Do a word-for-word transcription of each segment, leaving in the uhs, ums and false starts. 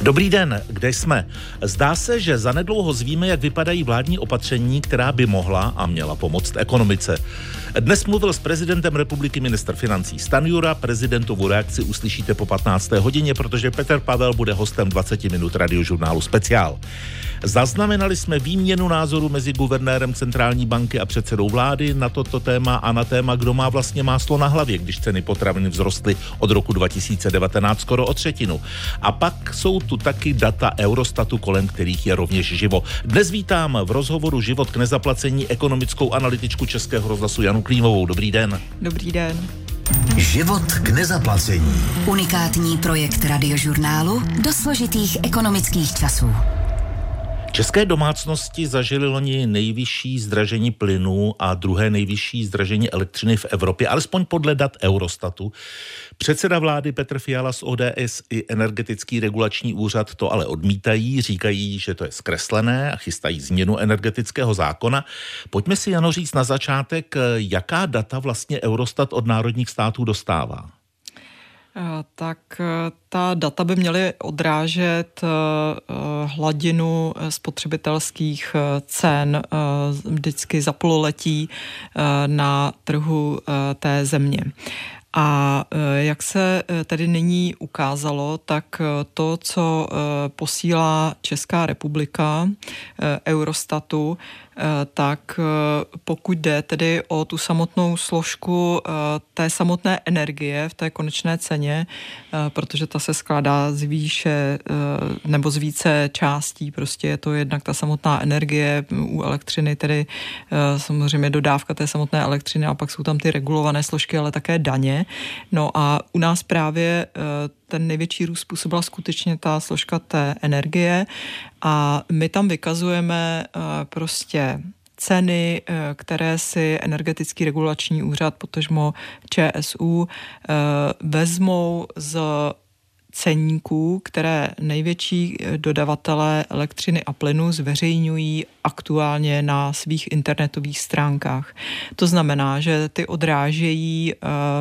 Dobrý den, kde jsme? Zdá se, že zanedlouho zvíme, jak vypadají vládní opatření, která by mohla a měla pomoct ekonomice. Dnes mluvil s prezidentem republiky ministr financí Stanjura. Prezidentovu reakci uslyšíte po patnácté hodině, protože Petr Pavel bude hostem dvacet minut radiožurnálu Speciál. Zaznamenali jsme výměnu názoru mezi guvernérem centrální banky a předsedou vlády na toto téma a na téma, kdo má vlastně máslo na hlavě, když ceny potravin vzrostly od roku dva tisíce devatenáct skoro o třetinu. A pak jsou tu taky data Eurostatu, kolem kterých je rovněž živo. Dnes vítám v rozhovoru Život k nezaplacení ekonomickou analytičku Českého rozhlasu Janu Klímovou. Dobrý den. Dobrý den. Život k nezaplacení. Unikátní projekt radiožurnálu do složitých ekonomických časů. České domácnosti zažily loni nejvyšší zdražení plynu a druhé nejvyšší zdražení elektřiny v Evropě, alespoň podle dat Eurostatu. Předseda vlády Petr Fiala z O D S i Energetický regulační úřad to ale odmítají, říkají, že to je zkreslené a chystají změnu energetického zákona. Pojďme si, Jano, říct na začátek, jaká data vlastně Eurostat od národních států dostává. Tak ta data by měly odrážet hladinu spotřebitelských cen vždycky za pololetí na trhu té země. A jak se tedy nyní ukázalo, tak to, co posílá Česká republika Eurostatu, tak pokud jde tedy o tu samotnou složku té samotné energie v té konečné ceně, protože ta se skládá z výše nebo z více částí, prostě je to jednak ta samotná energie u elektřiny, tedy samozřejmě dodávka té samotné elektřiny a pak jsou tam ty regulované složky, ale také daně. No a u nás právě ten největší růst způsobila skutečně ta složka té energie a my tam vykazujeme prostě ceny, které si Energetický regulační úřad, potažmo Č S U, vezmou z ceníků, které největší dodavatelé elektřiny a plynu zveřejňují aktuálně na svých internetových stránkách. To znamená, že ty odrážejí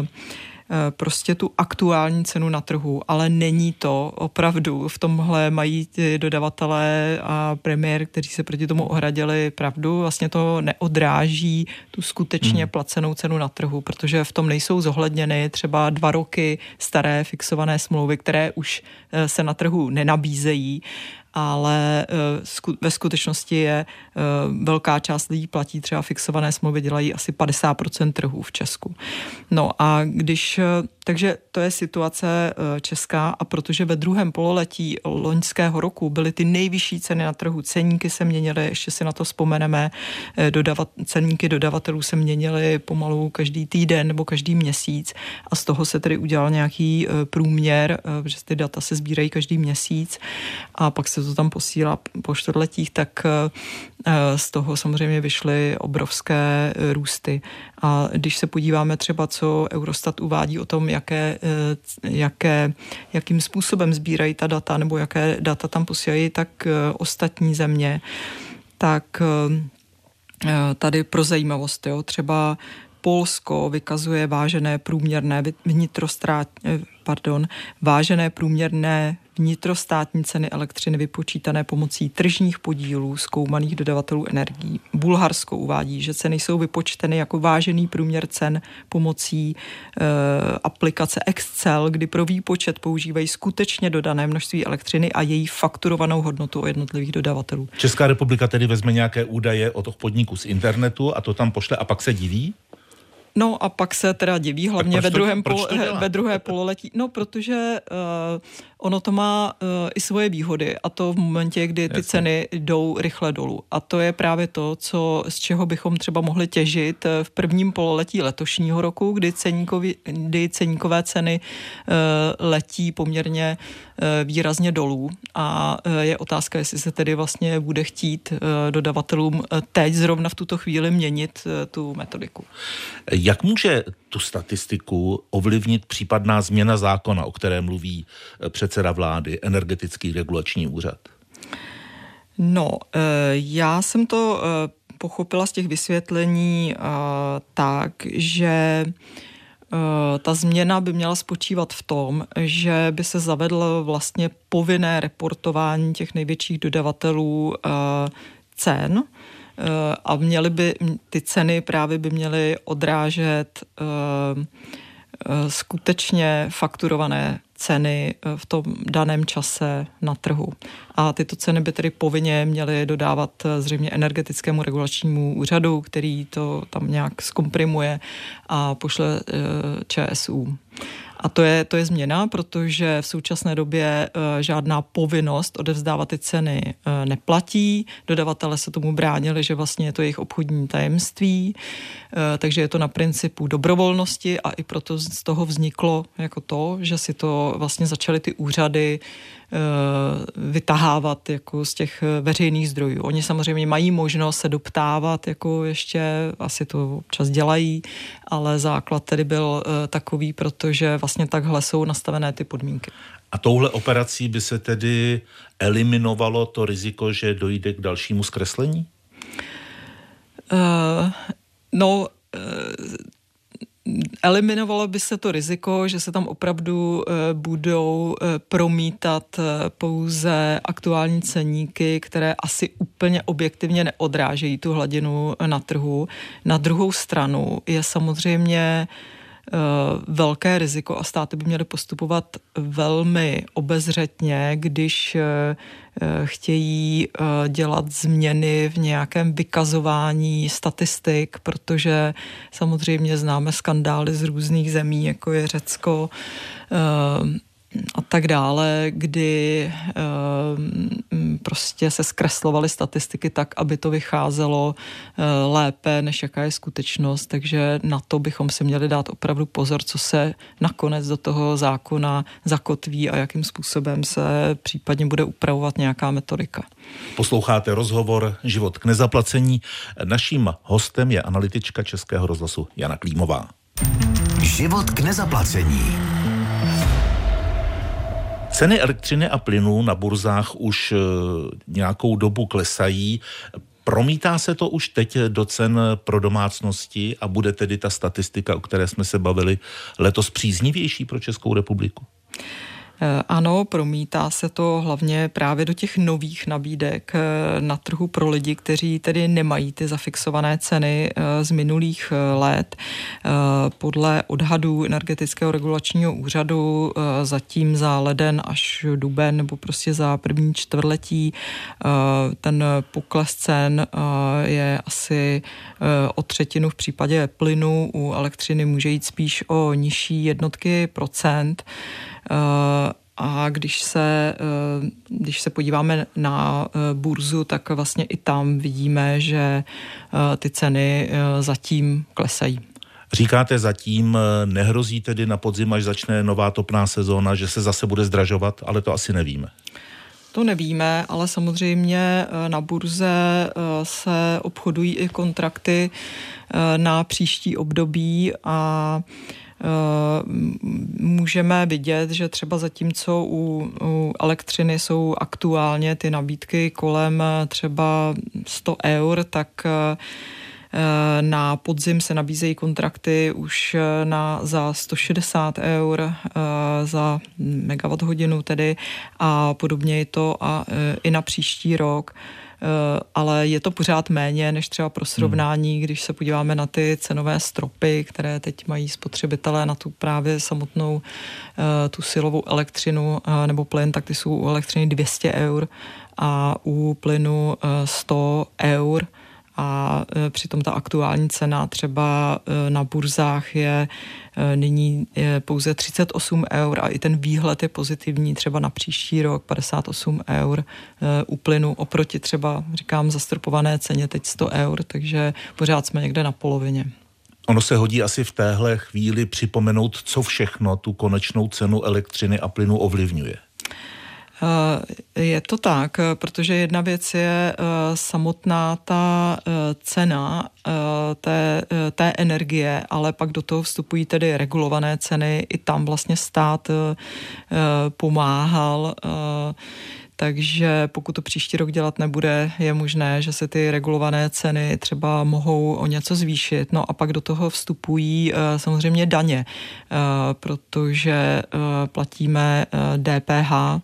prostě tu aktuální cenu na trhu, ale není to opravdu. V tomhle mají ty dodavatelé a premiér, kteří se proti tomu ohradili, pravdu. Vlastně to neodráží tu skutečně placenou cenu na trhu, protože v tom nejsou zohledněny třeba dva roky staré fixované smlouvy, které už se na trhu nenabízejí, ale ve skutečnosti je velká část lidí platí třeba fixované smlouvy, dělají asi padesát procent trhů v Česku. No a když, takže to je situace česká a protože ve druhém pololetí loňského roku byly ty nejvyšší ceny na trhu, ceníky se měnily, ještě si na to vzpomeneme, dodavat, ceníky dodavatelů se měnily pomalu každý týden nebo každý měsíc a z toho se tedy udělal nějaký průměr, protože ty data se sbírají každý měsíc a pak se to tam posílá po čtvrtletích, tak z toho samozřejmě vyšly obrovské růsty. A když se podíváme třeba, co Eurostat uvádí o tom, jaké, jaké, jakým způsobem sbírají ta data, nebo jaké data tam posílají, tak ostatní země, tak tady pro zajímavost, jo, třeba Polsko vykazuje vážené průměrné vnitrostrát, pardon, vážené průměrné vnitrostátní ceny elektřiny vypočítané pomocí tržních podílů zkoumaných dodavatelů energií. Bulharsko uvádí, že ceny jsou vypočteny jako vážený průměr cen pomocí e, aplikace Excel, kdy pro výpočet používají skutečně dodané množství elektřiny a její fakturovanou hodnotu od jednotlivých dodavatelů. Česká republika tedy vezme nějaké údaje od toho podniku z internetu a to tam pošle a pak se diví? No a pak se teda diví, hlavně ve, to, druhém polo, ve druhé pololetí. No, protože uh, ono to má uh, i svoje výhody a to v momentě, kdy ty Jasně. ceny jdou rychle dolů. A to je právě to, co, z čeho bychom třeba mohli těžit v prvním pololetí letošního roku, kdy, ceníkovi, kdy ceníkové ceny uh, letí poměrně uh, výrazně dolů. A uh, je otázka, jestli se tedy vlastně bude chtít uh, dodavatelům uh, teď zrovna v tuto chvíli měnit uh, tu metodiku. Jak může tu statistiku ovlivnit případná změna zákona, o které mluví předseda vlády, Energetický regulační úřad? No, já jsem to pochopila z těch vysvětlení tak, že Ta změna by měla spočívat v tom, že by se zavedlo vlastně povinné reportování těch největších dodavatelů cen a měly by, ty ceny právě by měly odrážet skutečně fakturované ceny v tom daném čase na trhu. A tyto ceny by tedy povinně měly dodávat zřejmě energetickému regulačnímu úřadu, který to tam nějak zkomprimuje a pošle ČSÚ. A to je, to je změna, protože v současné době e, žádná povinnost odevzdávat ty ceny e, neplatí. Dodavatelé se tomu bránili, že vlastně je to jejich obchodní tajemství, e, takže je to na principu dobrovolnosti a i proto z toho vzniklo jako to, že si to vlastně začaly ty úřady vytahávat jako z těch veřejných zdrojů. Oni samozřejmě mají možnost se doptávat, jako ještě asi to občas dělají, ale základ tedy byl takový, protože vlastně takhle jsou nastavené ty podmínky. A touhle operací by se tedy eliminovalo to riziko, že dojde k dalšímu zkreslení? Uh, no... Uh, Eliminovalo by se to riziko, že se tam opravdu e, budou e, promítat e, pouze aktuální ceníky, které asi úplně objektivně neodrážejí tu hladinu na trhu. Na druhou stranu je samozřejmě e, velké riziko a státy by měly postupovat velmi obezřetně, když e, chtějí dělat změny v nějakém vykazování statistik, protože samozřejmě známe skandály z různých zemí, jako je Řecko a tak dále, kdy prostě se zkreslovaly statistiky tak, aby to vycházelo lépe, než jaká je skutečnost, takže na to bychom si měli dát opravdu pozor, co se nakonec do toho zákona zakotví a jakým způsobem se případně bude upravovat nějaká metodika. Posloucháte rozhovor Život k nezaplacení. Naším hostem je analytička Českého rozhlasu Jana Klímová. Život k nezaplacení. Ceny elektřiny a plynu na burzách už nějakou dobu klesají. Promítá se to už teď do cen pro domácnosti a bude tedy ta statistika, o které jsme se bavili, letos příznivější pro Českou republiku? Ano, promítá se to hlavně právě do těch nových nabídek na trhu pro lidi, kteří tedy nemají ty zafixované ceny z minulých let. Podle odhadů Energetického regulačního úřadu zatím za leden až duben nebo prostě za první čtvrtletí ten pokles cen je asi o třetinu v případě plynu, u elektřiny může jít spíš o nižší jednotky procent. A když se, když se podíváme na burzu, tak vlastně i tam vidíme, že ty ceny zatím klesají. Říkáte zatím, nehrozí tedy na podzim, až začne nová topná sezóna, že se zase bude zdražovat, ale to asi nevíme. To nevíme, ale samozřejmě na burze se obchodují i kontrakty na příští období a můžeme vidět, že třeba zatímco u, u elektřiny jsou aktuálně ty nabídky kolem třeba sto eur, tak na podzim se nabízejí kontrakty už na, za sto šedesát eur za megawatt hodinu tedy a podobně je to a i na příští rok. Ale je to pořád méně než třeba pro srovnání, když se podíváme na ty cenové stropy, které teď mají spotřebitelé na tu právě samotnou tu silovou elektřinu nebo plyn, tak ty jsou u elektřiny dvě stě eur a u plynu sto eur. A přitom ta aktuální cena třeba na burzách je nyní je pouze třicet osm eur a i ten výhled je pozitivní třeba na příští rok padesát osm eur u plynu oproti třeba, říkám, zastropované ceně teď sto eur, takže pořád jsme někde na polovině. Ono se hodí asi v téhle chvíli připomenout, co všechno tu konečnou cenu elektřiny a plynu ovlivňuje. Je to tak, protože jedna věc je samotná ta cena té, té energie, ale pak do toho vstupují tedy regulované ceny. I tam vlastně stát pomáhal Takže pokud to příští rok dělat nebude, je možné, že se ty regulované ceny třeba mohou o něco zvýšit. No a pak do toho vstupují samozřejmě daně, protože platíme D P H,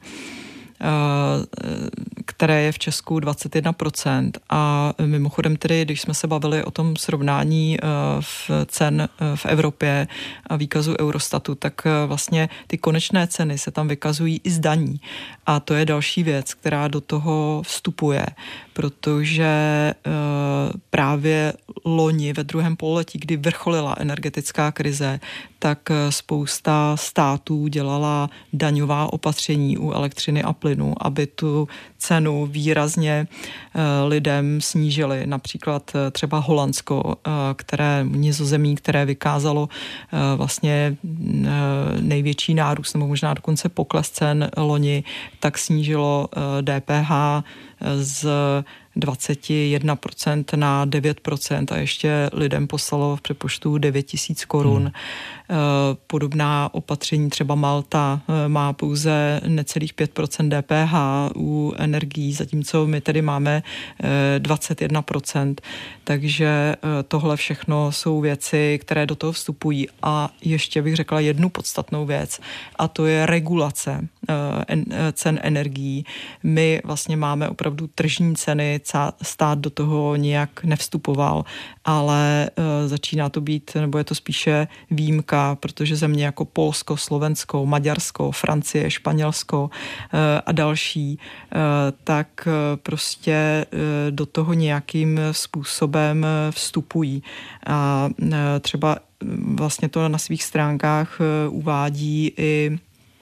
které je v Česku dvacet jedna procent. A mimochodem tedy, když jsme se bavili o tom srovnání v cen v Evropě a výkazu Eurostatu, tak vlastně ty konečné ceny se tam vykazují i z daní. A to je další věc, která do toho vstupuje, protože právě loni ve druhém pololetí, kdy vrcholila energetická krize, tak spousta států dělala daňová opatření u elektřiny a plynu, aby tu cenu výrazně lidem snížili. Například třeba Holandsko, které Nizozemí, které vykázalo vlastně největší nárůst, nebo možná dokonce pokles cen loni, tak snížilo D P H z dvacet jedna procent na devět procent a ještě lidem poslalo v přepočtu devět tisíc korun. Hmm. Podobná opatření třeba Malta má pouze necelých pět procent D P H u energií, zatímco my tedy máme dvacet jedna procent. Takže tohle všechno jsou věci, které do toho vstupují. A ještě bych řekla jednu podstatnou věc, a to je regulace cen energií. My vlastně máme opravdu tržní ceny, stát do toho nijak nevstupoval, ale začíná to být, nebo je to spíše výjimka, protože země jako Polsko, Slovensko, Maďarsko, Francie, Španělsko a další, tak prostě do toho nějakým způsobem vstupují. A třeba vlastně to na svých stránkách uvádí i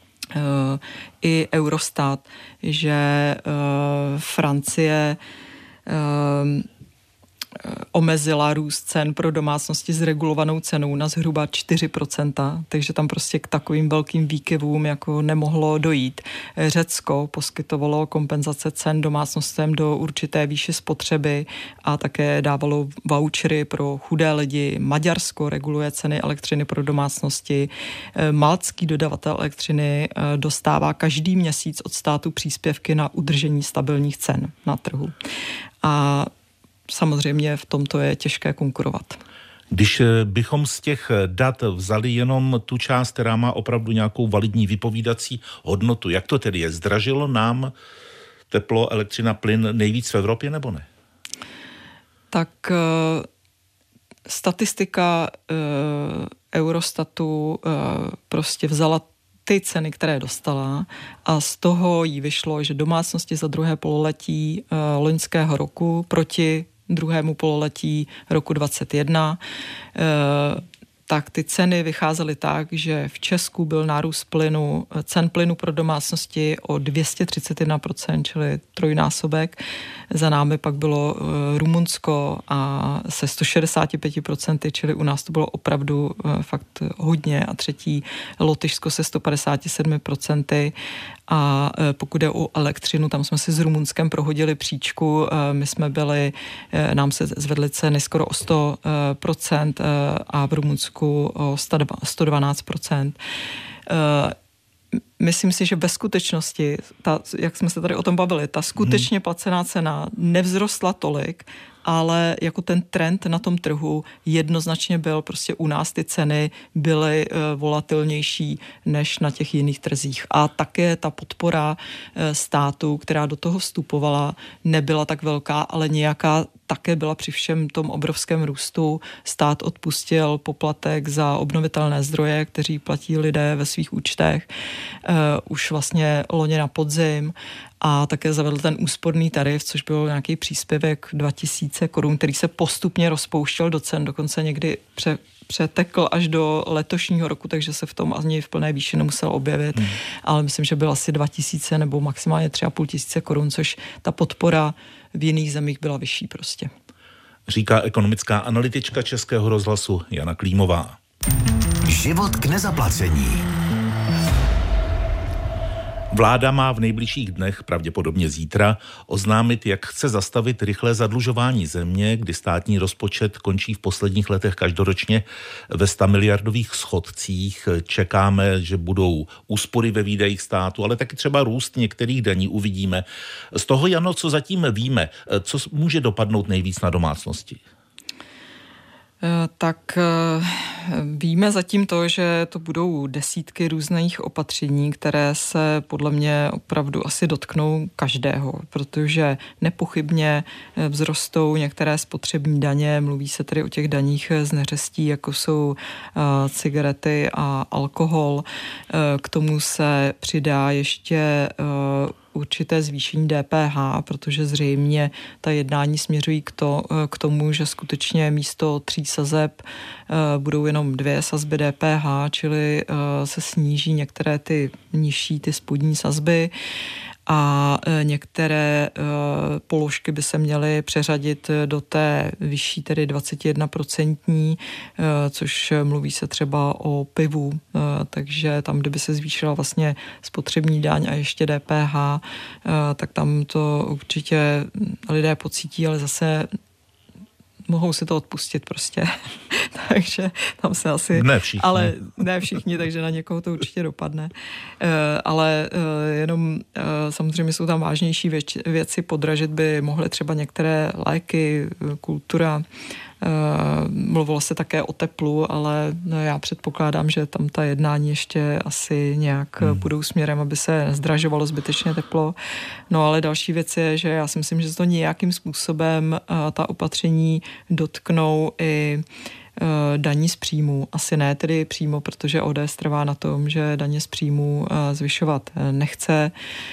i Eurostat, že Francie omezila růst cen pro domácnosti s regulovanou cenou na zhruba čtyři procenta, takže tam prostě k takovým velkým výkyvům jako nemohlo dojít. Řecko poskytovalo kompenzace cen domácnostem do určité výše spotřeby a také dávalo vouchery pro chudé lidi. Maďarsko reguluje ceny elektřiny pro domácnosti. Maltský dodavatel elektřiny dostává každý měsíc od státu příspěvky na udržení stabilních cen na trhu. A samozřejmě v tomto je těžké konkurovat. Když bychom z těch dat vzali jenom tu část, která má opravdu nějakou validní vypovídací hodnotu, jak to tedy je? Zdražilo nám teplo, elektřina, plyn nejvíc v Evropě, nebo ne? Tak statistika Eurostatu prostě vzala ty ceny, které dostala a z toho jí vyšlo, že domácnosti za druhé pololetí uh, loňského roku proti druhému pololetí roku dvacet jedna uh, tak ty ceny vycházely tak, že v Česku byl nárůst plynu, cen plynu pro domácnosti o dvě stě třicet jedna procent, čili trojnásobek. Za námi pak bylo Rumunsko a se sto šedesát pět procent, čili u nás to bylo opravdu fakt hodně. A třetí Lotyšsko se sto padesát sedm procent. A pokud jde o elektřinu, tam jsme si s Rumunskem prohodili příčku. My jsme byli, nám se zvedly ceny skoro o sto procent a v Rumunsku o sto dvanáct procent. Myslím si, že ve skutečnosti, ta, jak jsme se tady o tom bavili, ta skutečně placená cena nevzrostla tolik, ale jako ten trend na tom trhu jednoznačně byl, prostě u nás ty ceny byly uh, volatilnější než na těch jiných trzích. A také ta podpora uh, státu, která do toho vstupovala, nebyla tak velká, ale nějaká také byla při všem tom obrovském růstu. Stát odpustil poplatek za obnovitelné zdroje, kteří platí lidé ve svých účtech uh, už vlastně loni na podzim. A také zavedl ten úsporný tarif, což byl nějaký příspěvek dva tisíce korun, který se postupně rozpouštěl do cen, dokonce někdy pře, přetekl až do letošního roku, takže se v tom ani v plné výši nemusel objevit, hmm. ale myslím, že byl asi dva tisíce nebo maximálně tři a půl tisíce korun, což ta podpora v jiných zemích byla vyšší prostě. Říká ekonomická analytička Českého rozhlasu Jana Klímová. Život k nezaplacení. Vláda má v nejbližších dnech, pravděpodobně zítra, oznámit, jak chce zastavit rychlé zadlužování země, kdy státní rozpočet končí v posledních letech každoročně ve stamiliardových schodcích. Čekáme, že budou úspory ve výdajích státu, ale taky třeba růst některých daní, uvidíme. Z toho, Jano, co zatím víme, co může dopadnout nejvíc na domácnosti? Tak víme zatím to, že to budou desítky různých opatření, které se podle mě opravdu asi dotknou každého, protože nepochybně vzrostou některé spotřební daně, mluví se tedy o těch daních z neřestí, jako jsou cigarety a alkohol. K tomu se přidá ještě určité zvýšení D P H, protože zřejmě ta jednání směřují k, to, k tomu, že skutečně místo tří sazeb budou jenom dvě sazby D P H, čili se sníží některé ty nižší, ty spodní sazby a některé položky by se měly přeřadit do té vyšší, tedy dvacet jedna procentní, což mluví se třeba o pivu, takže tam, kdyby se zvýšila vlastně spotřební daň a ještě D P H, tak tam to určitě lidé pocítí, ale zase mohou si to odpustit prostě. Takže tam se asi... Ne všichni. Ale ne všichni, takže na někoho to určitě dopadne. E, ale e, jenom e, samozřejmě jsou tam vážnější věc, věci. Podražit by mohly třeba některé léky, kultura. E, mluvilo se také o teplu, ale no, já předpokládám, že tam ta jednání ještě asi nějak hmm. budou směrem, aby se nezdražovalo zbytečně teplo. No ale další věc je, že já si myslím, že se to nějakým způsobem a, ta opatření dotknou i daní z příjmu. Asi ne tedy přímo, protože O D S trvá na tom, že daně z příjmu zvyšovat nechce,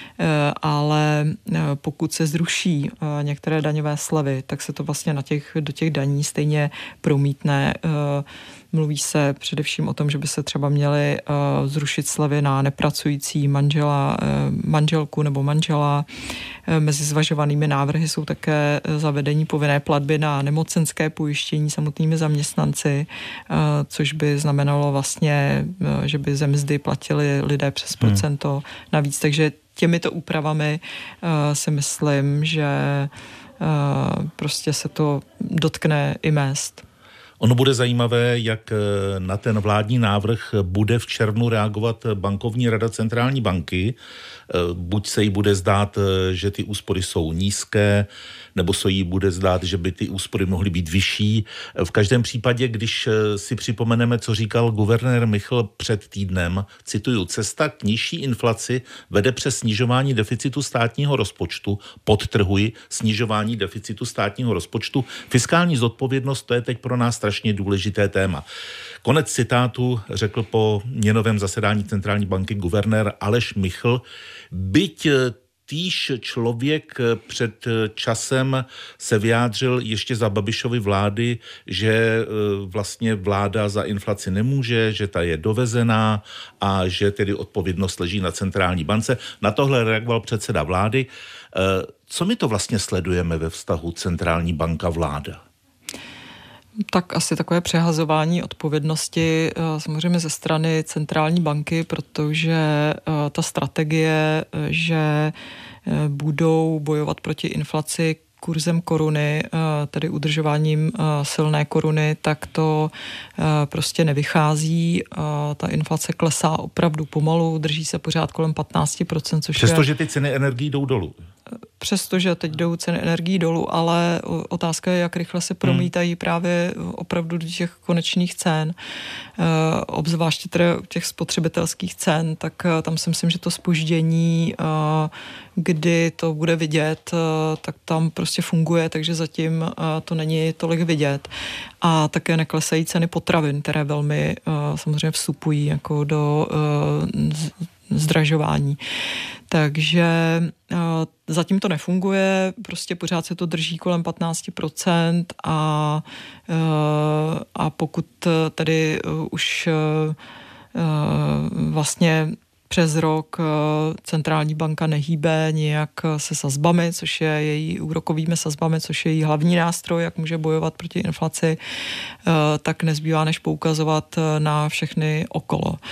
ale pokud se zruší některé daňové slevy, tak se to vlastně na těch, do těch daní stejně promítne. Mluví se především o tom, že by se třeba měly uh, zrušit slevy na nepracující manžela, uh, manželku nebo manžela. Uh, mezi zvažovanými návrhy jsou také zavedení povinné platby na nemocenské pojištění samotnými zaměstnanci, uh, což by znamenalo vlastně, uh, že by ze mzdy platili lidé přes hmm. procento navíc. Takže těmito úpravami uh, si myslím, že uh, prostě se to dotkne i mezd. Ono bude zajímavé, jak na ten vládní návrh bude v červnu reagovat bankovní rada centrální banky. Buď se jí bude zdát, že ty úspory jsou nízké, nebo se jí bude zdát, že by ty úspory mohly být vyšší. V každém případě, když si připomeneme, co říkal guvernér Michl před týdnem, cituju, cesta k nižší inflaci vede přes snižování deficitu státního rozpočtu, podtrhuji, snižování deficitu státního rozpočtu. Fiskální zodpovědnost, to je teď pro nás strašně důležité téma. Konec citátu řekl po měnovém zasedání centrální banky guvernér Aleš Michl, byť týž člověk před časem se vyjádřil ještě za Babišovy vlády, že vlastně vláda za inflaci nemůže, že ta je dovezená a že tedy odpovědnost leží na centrální bance. Na tohle reagoval předseda vlády. Co my to vlastně sledujeme ve vztahu centrální banka vláda? Tak asi takové přehazování odpovědnosti samozřejmě ze strany centrální banky, protože ta strategie, že budou bojovat proti inflaci kurzem koruny, tedy udržováním silné koruny, tak to prostě nevychází. Ta inflace klesá opravdu pomalu, drží se pořád kolem patnáct procent, což Přestože je... ty ceny energií jdou dolů. Přestože teď jdou ceny energií dolů, ale otázka je, jak rychle se promítají hmm. právě opravdu do těch konečných cen. Obzvláště tedy těch spotřebitelských cen, tak tam si myslím, že to zpoždění, kdy to bude vidět, tak tam prostě funguje, takže zatím to není tolik vidět. A také neklesají ceny potravin, které velmi samozřejmě vstupují jako do zdražování. Takže uh, zatím to nefunguje, prostě pořád se to drží kolem patnáct procent a, uh, a pokud tedy uh, už uh, vlastně přes rok centrální banka nehýbe nijak se sazbami, což je její úrokovými sazbami, což je její hlavní nástroj, jak může bojovat proti inflaci, tak nezbývá než poukazovat na všechny okolo.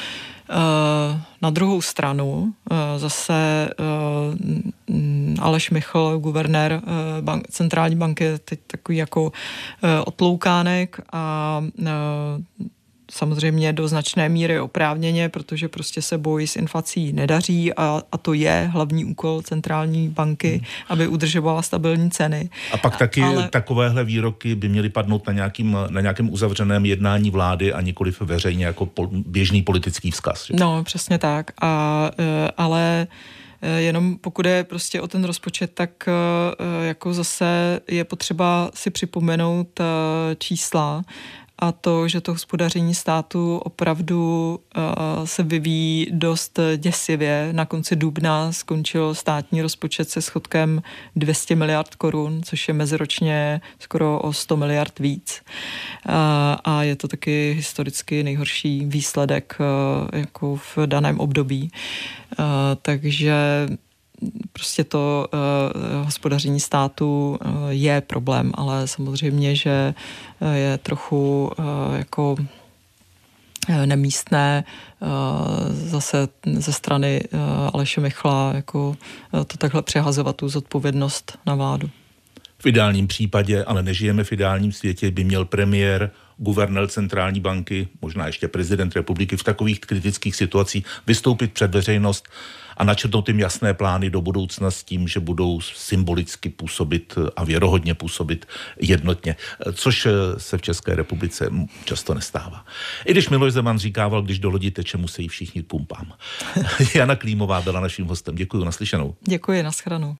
Na druhou stranu zase Aleš Michl, guvernér bank, centrální banky, je teď takový jako otloukánek a samozřejmě do značné míry oprávněně, protože prostě se boj s inflací nedaří a, a to je hlavní úkol centrální banky, hmm. aby udržovala stabilní ceny. A pak taky ale... takovéhle výroky by měly padnout na nějakým, na nějakém uzavřeném jednání vlády a nikoliv veřejně jako pol, běžný politický vzkaz. Že? No, přesně tak. A, ale jenom pokud je prostě o ten rozpočet, tak jako zase je potřeba si připomenout čísla, a to, že to hospodaření státu opravdu uh, se vyvíjí dost děsivě. Na konci dubna skončil státní rozpočet se schodkem dvě stě miliard korun, což je meziročně skoro o sto miliard víc. Uh, a je to taky historicky nejhorší výsledek uh, jako v daném období. Uh, takže prostě to uh, hospodaření státu uh, je problém, ale samozřejmě, že uh, je trochu uh, jako uh, nemístné uh, zase ze strany uh, Aleše Michla jako uh, to takhle přehazovat tu zodpovědnost na vládu. V ideálním případě, ale nežijeme v ideálním světě, by měl premiér, guvernér centrální banky, možná ještě prezident republiky v takových kritických situacích vystoupit před veřejnost a načrtnout jim jasné plány do budoucna s tím, že budou symbolicky působit a věrohodně působit jednotně, což se v České republice často nestává. I když Miloš Zeman říkával, když do lodi teče, musí všichni pumpám. Jana Klímová byla naším hostem. Děkuji, naslyšenou. Děkuji, nashledanou.